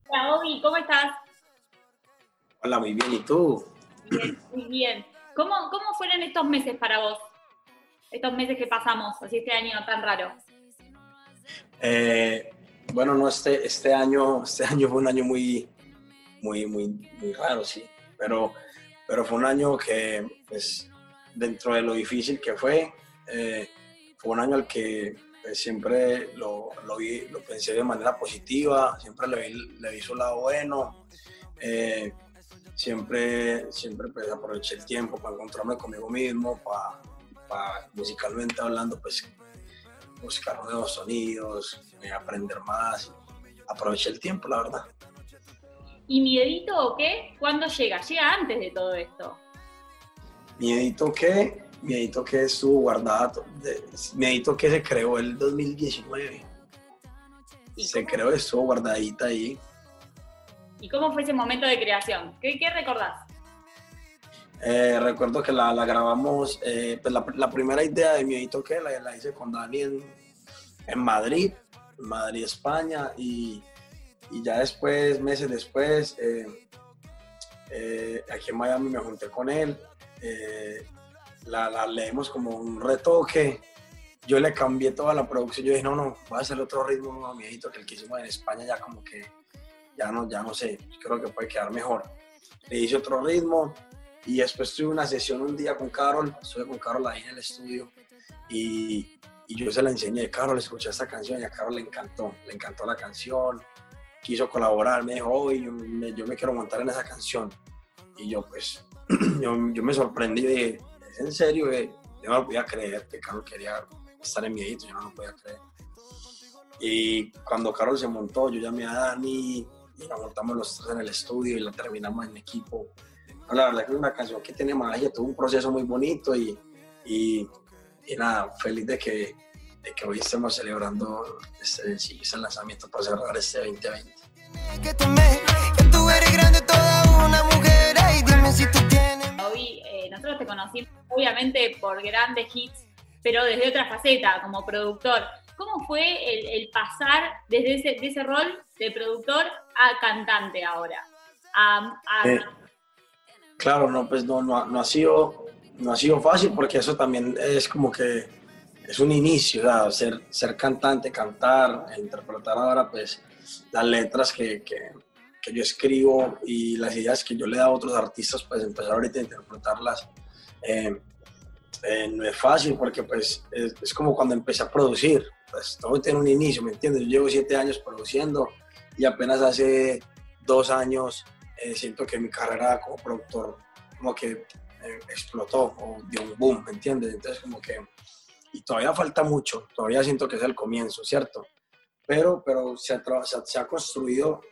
Hola, Obi, ¿cómo estás? Hola, muy bien. ¿Y tú? Bien, muy bien. ¿Cómo fueron estos meses para vos? Estos meses que pasamos, así este año tan raro. Eh, bueno, no, este año fue un año muy raro, sí. Pero fue un año que, pues, dentro de lo difícil que fue un año al que pues, siempre lo pensé de manera positiva, siempre le vi su lado bueno. eh, siempre pues, aproveché el tiempo para encontrarme conmigo mismo, musicalmente hablando, pues buscar nuevos sonidos, aprender más. Aproveché el tiempo, la verdad. ¿Y miedito o qué? ¿Cuándo llega? Llega antes de todo esto. Miedito que estuvo guardado, miedito que se creó el 2019. ¿Y Se cómo, creó, estuvo guardadita ahí. y cómo fue ese momento de creación? ¿Qué recordás? Recuerdo que la grabamos, pues la primera idea de Miedito que la hice con Dani en Madrid, España, y ya después, meses después, aquí en Miami me junté con él, la leímos como un retoque, yo le cambié toda la producción, yo dije, no, voy a hacer otro ritmo, no, Miedito, que el que hicimos en España ya como que, ya no sé, creo que puede quedar mejor. Le hice otro ritmo y después tuve una sesión un día con Carol, estuve con Carol ahí en el estudio y yo se la enseñé, Carol, escuché esta canción y a Carol le encantó la canción, quiso colaborar, me dijo, hoy yo me quiero montar en esa canción. Y yo pues, yo me sorprendí, dije, ¿es en serio? Yo no lo podía creer que Carol quería estar en Miedito, yo no lo podía creer. Y cuando Carol se montó, yo llamé a Dani y la montamos los tres en el estudio y la terminamos en equipo. No, la verdad que es una canción que tiene magia, tuvo un proceso muy bonito y, y nada, feliz de que hoy estemos celebrando este lanzamiento para cerrar este 2020. Que tú eres grande, toda una mujer, ay, dime si tú tienes. Obi, nosotros te conocimos obviamente por grandes hits, pero desde otra faceta, como productor. ¿Cómo fue el pasar desde de ese rol de productor a cantante ahora? Eh, claro, no, pues no ha sido fácil porque eso también es como que es un inicio, o sea, ser cantante, cantar, interpretar ahora pues las letras que yo escribo y las ideas que yo le da a otros artistas, pues empezar ahorita a interpretarlas. Eh, no es fácil porque pues es como cuando empecé a producir, pues todo tiene un inicio, ¿me entiendes? Yo llevo 7 años produciendo y apenas hace 2 años siento que mi carrera como productor como que explotó o dio un boom, ¿me entiendes? Entonces como que, y todavía falta mucho, todavía siento que es el comienzo, ¿cierto? Pero se ha construido,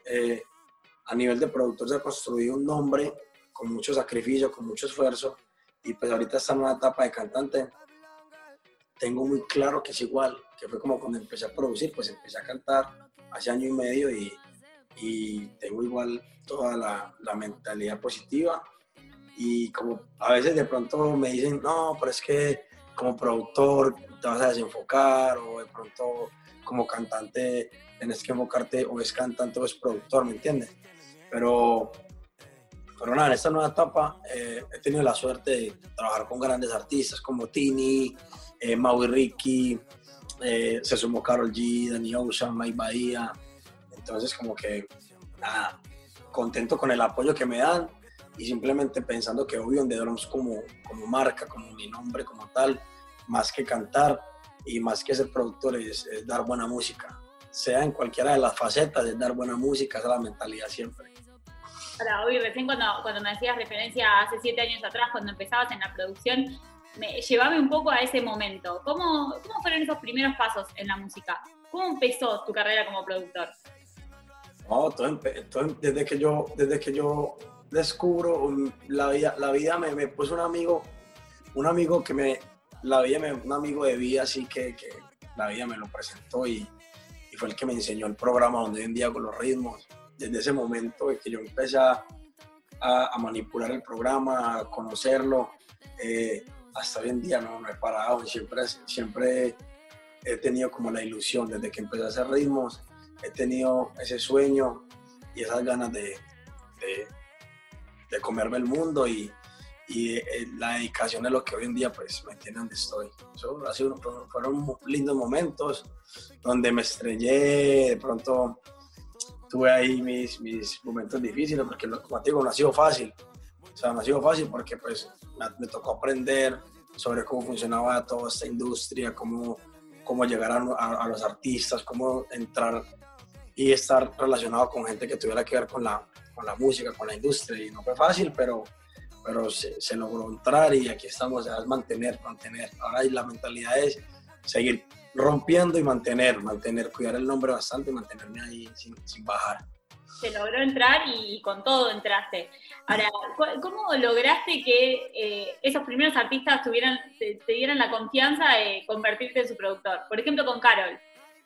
a nivel de productor se ha construido un nombre con mucho sacrificio, con mucho esfuerzo, y pues ahorita está en una etapa de cantante, tengo muy claro que es igual, que fue como cuando empecé a producir, pues empecé a cantar hace año y medio y tengo igual toda la mentalidad positiva y como a veces de pronto me dicen, no, pero es que como productor te vas a desenfocar o de pronto como cantante tienes que enfocarte o es cantante o es productor, ¿me entiendes? Pero, pero nada, en esta nueva etapa he tenido la suerte de trabajar con grandes artistas como Tini, Mau y Ricky, se sumó Karol G, Danny Ocean, Mike Bahía, entonces como que nada, contento con el apoyo que me dan y simplemente pensando que Obi On The Drums como marca, como mi nombre, como tal, más que cantar y más que ser productor es dar buena música, sea en cualquiera de las facetas, es dar buena música, esa es la mentalidad siempre. Ahora, hoy recién cuando me hacías referencia hace 7 años atrás, cuando empezabas en la producción, llevame un poco a ese momento. ¿Cómo fueron esos primeros pasos en la música? ¿Cómo empezó tu carrera como productor? No, desde que yo descubro la vida me puso un amigo un amigo de vida, así que la vida me lo presentó y fue el que me enseñó el programa donde hoy en día hago los ritmos. Desde ese momento de que yo empecé a manipular el programa, a conocerlo, hasta hoy en día no he parado, siempre he tenido como la ilusión, desde que empecé a hacer ritmos, he tenido ese sueño esas ganas de comerme el mundo y la dedicación es lo que hoy en día pues me tiene donde estoy. Fueron lindos momentos donde me estrellé, de pronto tuve ahí mis momentos difíciles, porque como te digo, no ha sido fácil. O sea, no ha sido fácil porque pues me tocó aprender sobre cómo funcionaba toda esta industria, cómo llegar a los artistas, cómo entrar y estar relacionado con gente que tuviera que ver con la música, con la industria. Y no fue fácil, pero se logró entrar y aquí estamos, es mantener. Ahora la mentalidad es seguir rompiendo y mantener, cuidar el nombre bastante y mantenerme ahí sin bajar. Se logró entrar y con todo entraste. Ahora, ¿cómo lograste que esos primeros artistas te dieran la confianza de convertirte en su productor? Por ejemplo, con Karol.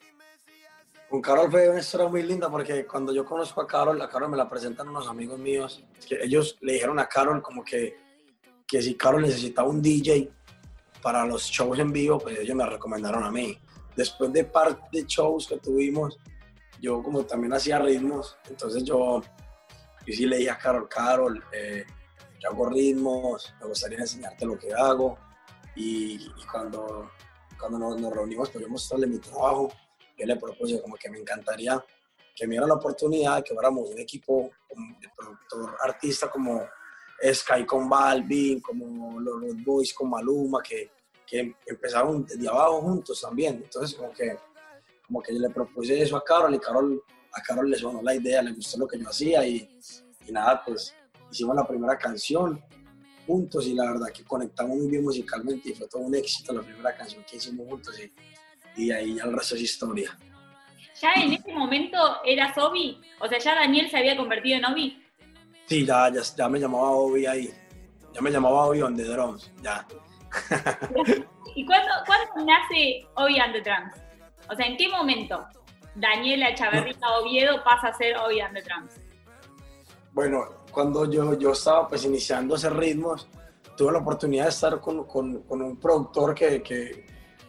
Con Karol fue una historia muy linda porque cuando yo conozco a Karol me la presentan unos amigos míos, que ellos le dijeron a Karol como que si Karol necesitaba un DJ para los shows en vivo, pues ellos me recomendaron a mí. Después de par de shows que tuvimos, yo como también hacía ritmos, entonces yo sí le dije a Karol, yo hago ritmos, me gustaría enseñarte lo que hago, y cuando nos reunimos, pues yo mostrarle mi trabajo, yo le propuse como que me encantaría que me diera la oportunidad de que fuéramos un equipo de productor artista como Sky con Balvin, como los Boys con Maluma, que empezaron desde abajo juntos también. Entonces como que yo le propuse eso a Karol y a Karol le sonó la idea, le gustó lo que yo hacía y nada, pues hicimos la primera canción juntos y la verdad que conectamos muy bien musicalmente y fue todo un éxito la primera canción que hicimos juntos y ahí ya el resto es historia. ¿Ya en ese momento eras Obi? O sea, ¿ya Daniel se había convertido en Obi? Sí, ya me llamaba Obi ahí. Ya me llamaba Obi on the Drums, ya. ¿Y cuándo nace Obi on the Drums? O sea, ¿en qué momento Daniela Echavarría Oviedo pasa a ser Obi on the Drums? Bueno, cuando yo estaba pues iniciando a hacer ritmos, tuve la oportunidad de estar con un productor que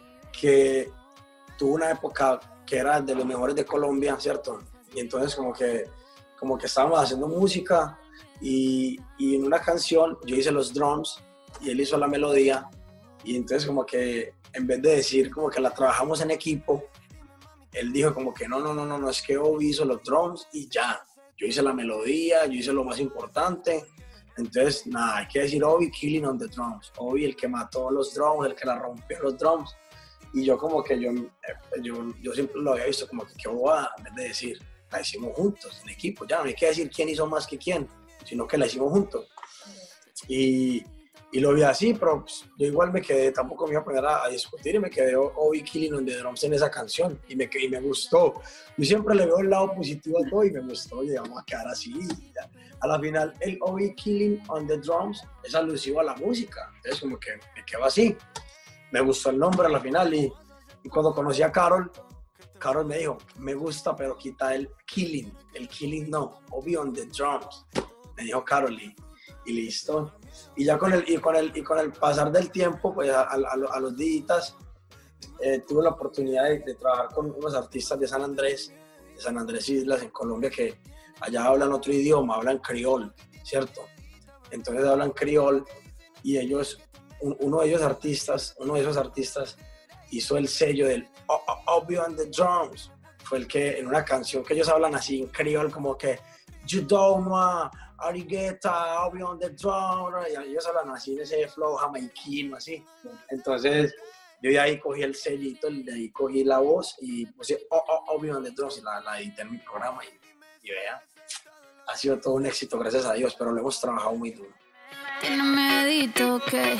tuvo una época que era de los mejores de Colombia, ¿cierto? Y entonces como que estábamos haciendo música y en una canción yo hice los drums y él hizo la melodía y entonces como que en vez de decir como que la trabajamos en equipo, él dijo como que no, es que Obi hizo los drums y ya. Yo hice la melodía, yo hice lo más importante. Entonces, nada, hay que decir Obi killing on the drums. Obi el que mató los drums, el que la rompió los drums. Y yo como que yo siempre lo había visto como que qué bobada, en vez de decir, la hicimos juntos, en equipo. Ya no hay que decir quién hizo más que quién, sino que la hicimos juntos. Y lo vi así, pero pues, yo igual me quedé, tampoco me iba a poner a discutir y me quedé Obi killing on the drums en esa canción y me gustó. Yo siempre le veo el lado positivo a todo y me gustó, llegamos a quedar así. Ya. A la final, el Obi killing on the drums es alusivo a la música, entonces como que me quedó así. Me gustó el nombre a la final y cuando conocí a Karol me dijo, me gusta, pero quita el killing no, Obi on the drums, me dijo Karol y listo. Y ya con el pasar del tiempo, pues a los días tuve la oportunidad de trabajar con unos artistas de San Andrés Islas en Colombia que allá hablan otro idioma, hablan criol, ¿cierto? Entonces hablan criol y ellos, uno de esos artistas hizo el sello del Obi on the Drums. Fue el que en una canción que ellos hablan así en criol como que you don't want Arigueta, Obi on the Drums, y ellos hablan así en ese flow jamaiquino así. Entonces yo de ahí cogí el sellito, de ahí cogí la voz y puse Obi on the Drums y la edité en mi programa y vea, ha sido todo un éxito, gracias a Dios, pero lo hemos trabajado muy duro. Tiene un medito que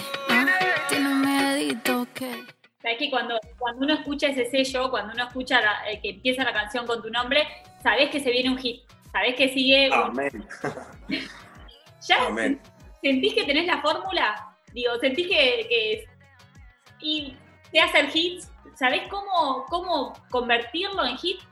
sabes que cuando uno escucha ese sello, cuando uno escucha que empieza la canción con tu nombre, sabes que se viene un hit, sabes que sigue. Amén. ¿Ya? Amén. ¿Sentís que tenés la fórmula? Digo, ¿sentís que y te hacer hits? ¿Sabés cómo convertirlo en hit?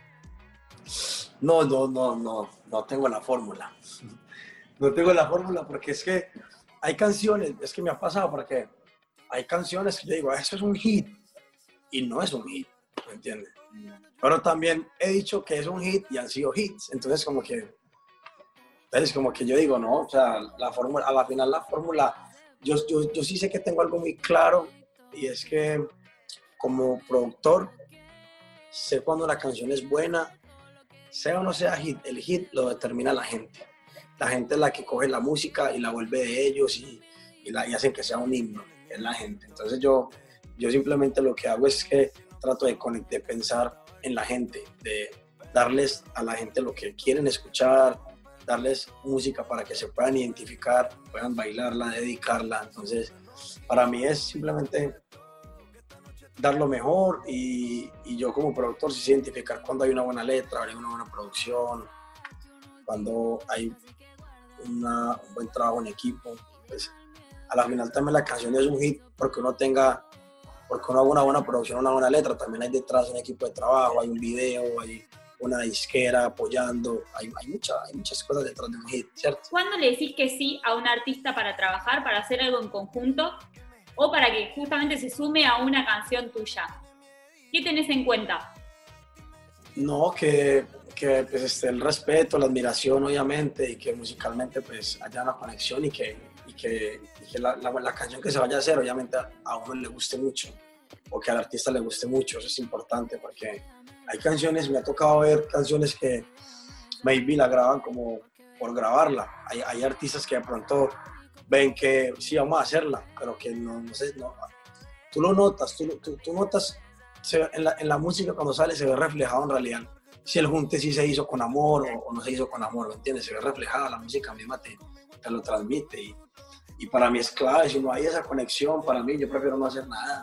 No tengo la fórmula. No tengo la fórmula porque es que hay canciones, es que me ha pasado porque hay canciones que yo digo, eso es un hit y no es un hit, ¿me entiendes? Pero también he dicho que es un hit y han sido hits. Entonces como que yo digo, no, o sea, la fórmula, a la final la fórmula, yo sí sé que tengo algo muy claro y es que como productor sé cuando la canción es buena, sea o no sea hit, el hit lo determina la gente. La gente es la que coge la música y la vuelve de ellos y hacen que sea un himno, es la gente. Entonces yo simplemente lo que hago es que trato de pensar en la gente, de darles a la gente lo que quieren escuchar, darles música para que se puedan identificar, puedan bailarla, dedicarla. Entonces, para mí es simplemente dar lo mejor y yo como productor sí sé identificar cuando hay una buena letra, hay una buena producción, cuando hay un buen trabajo en equipo. Pues, a la final también la canción es un hit porque uno haga una buena producción, una buena letra, también hay detrás un equipo de trabajo, hay un video, hay una disquera apoyando, hay muchas cosas detrás de un hit, ¿cierto? ¿Cuándo le decís que sí a un artista para trabajar, para hacer algo en conjunto o para que justamente se sume a una canción tuya? ¿Qué tenés en cuenta? No, que pues esté el respeto, la admiración obviamente y que musicalmente pues haya una conexión y que la canción que se vaya a hacer obviamente a uno le guste mucho o que al artista le guste mucho, eso es importante porque hay canciones, me ha tocado ver canciones que maybe la graban como por grabarla, hay artistas que de pronto ven que sí vamos a hacerla, pero que no sé, no, tú lo notas, tú notas en la música cuando sale se ve reflejado en realidad si el junte sí se hizo con amor o no se hizo con amor, ¿me entiendes? Se ve reflejada, la música misma te lo transmite y para mí es clave, si no hay esa conexión, para mí yo prefiero no hacer nada.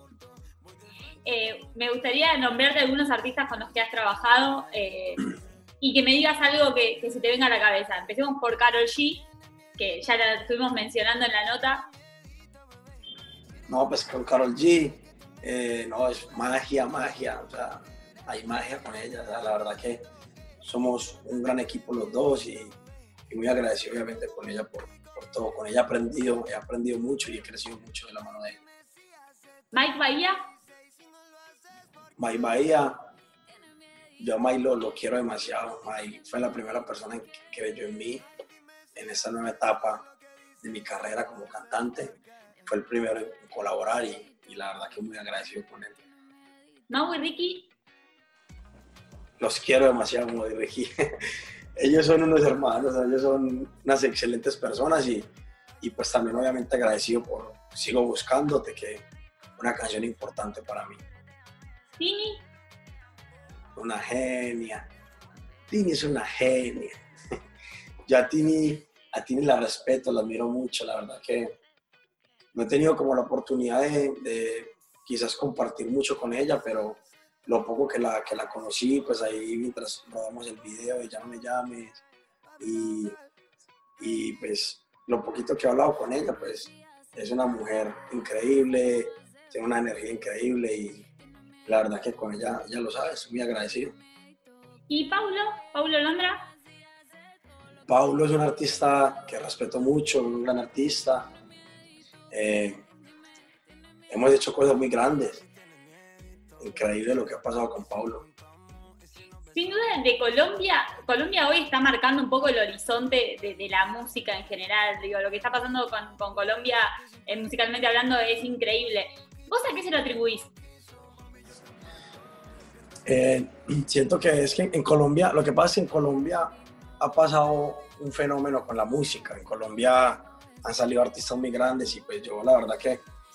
Me gustaría nombrarte algunos artistas con los que has trabajado y que me digas algo que se te venga a la cabeza. Empecemos por Karol G, que ya la estuvimos mencionando en la nota. No, pues con Karol G, no, es magia, o sea, hay magia con ella, o sea, la verdad que somos un gran equipo los dos y muy agradecido obviamente con ella por todo, con ella he aprendido mucho y he crecido mucho de la mano de ella. Mike Bahía. Mike Bahía, yo a Mike lo quiero demasiado. Mike fue la primera persona que creyó en mí en esta nueva etapa de mi carrera como cantante. Fue el primero en colaborar y la verdad que muy agradecido con él. Mau y Ricky. Los quiero demasiado, Mau y Ricky. Ellos son unos hermanos, ellos son unas excelentes personas y pues también obviamente agradecido por Sigo Buscándote, que una canción importante para mí. Tini. Una genia. Tini es una genia. Yo a Tini la respeto, la admiro mucho, la verdad que no he tenido como la oportunidad de quizás compartir mucho con ella, pero lo poco que la conocí, pues ahí mientras grabamos el video de Ya No Me Llames y pues lo poquito que he hablado con ella, pues es una mujer increíble, tiene una energía increíble y la verdad que con ella, ya lo sabes, muy agradecido. ¿Y Paulo Londra? Paulo es un artista que respeto mucho, un gran artista. Hemos hecho cosas muy grandes. Increíble lo que ha pasado con Paulo. Sin duda, de Colombia hoy está marcando un poco el horizonte de la música en general. Digo, lo que está pasando con Colombia, musicalmente hablando, es increíble. ¿Vos a qué se lo atribuís? Siento que es que en Colombia, lo que pasa es que en Colombia ha pasado un fenómeno con la música. En Colombia han salido artistas muy grandes y pues yo la verdad que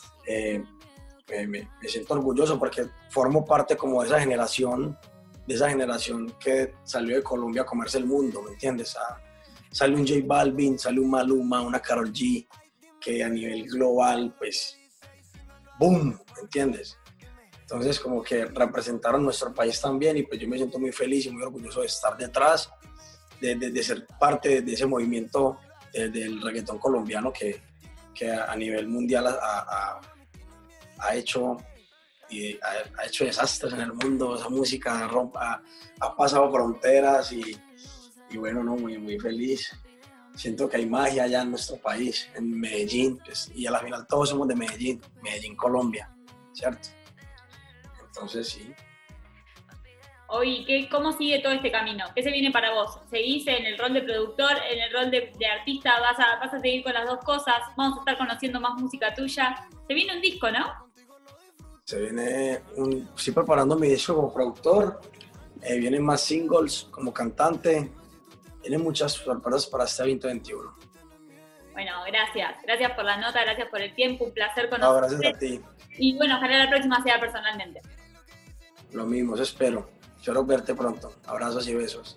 me siento orgulloso porque formo parte como de esa generación que salió de Colombia a comerse el mundo, ¿me entiendes? Sale un J Balvin, sale un Maluma, una Karol G, que a nivel global, pues, ¡boom!, ¿me entiendes? Entonces, como que representaron nuestro país también y pues yo me siento muy feliz y muy orgulloso de estar detrás, de ser parte de ese movimiento del reggaetón colombiano que a nivel mundial ha hecho desastres en el mundo. Esa música ha pasado fronteras y bueno, no, muy, muy feliz. Siento que hay magia allá en nuestro país, en Medellín, pues, y a la final todos somos de Medellín, Colombia, ¿cierto? Entonces sí. Hoy, ¿cómo sigue todo este camino? ¿Qué se viene para vos? ¿Seguís en el rol de productor, en el rol de artista? ¿Vas a seguir con las dos cosas? ¿Vamos a estar conociendo más música tuya? Se viene un disco, ¿no? Estoy preparando mi disco como productor, vienen más singles como cantante, vienen muchas sorpresas para este 2021. Bueno, gracias por la nota, gracias por el tiempo, un placer conocerte. No, gracias a ti. Y bueno, ojalá la próxima sea personalmente. Lo mismo, eso espero verte pronto. Abrazos y besos.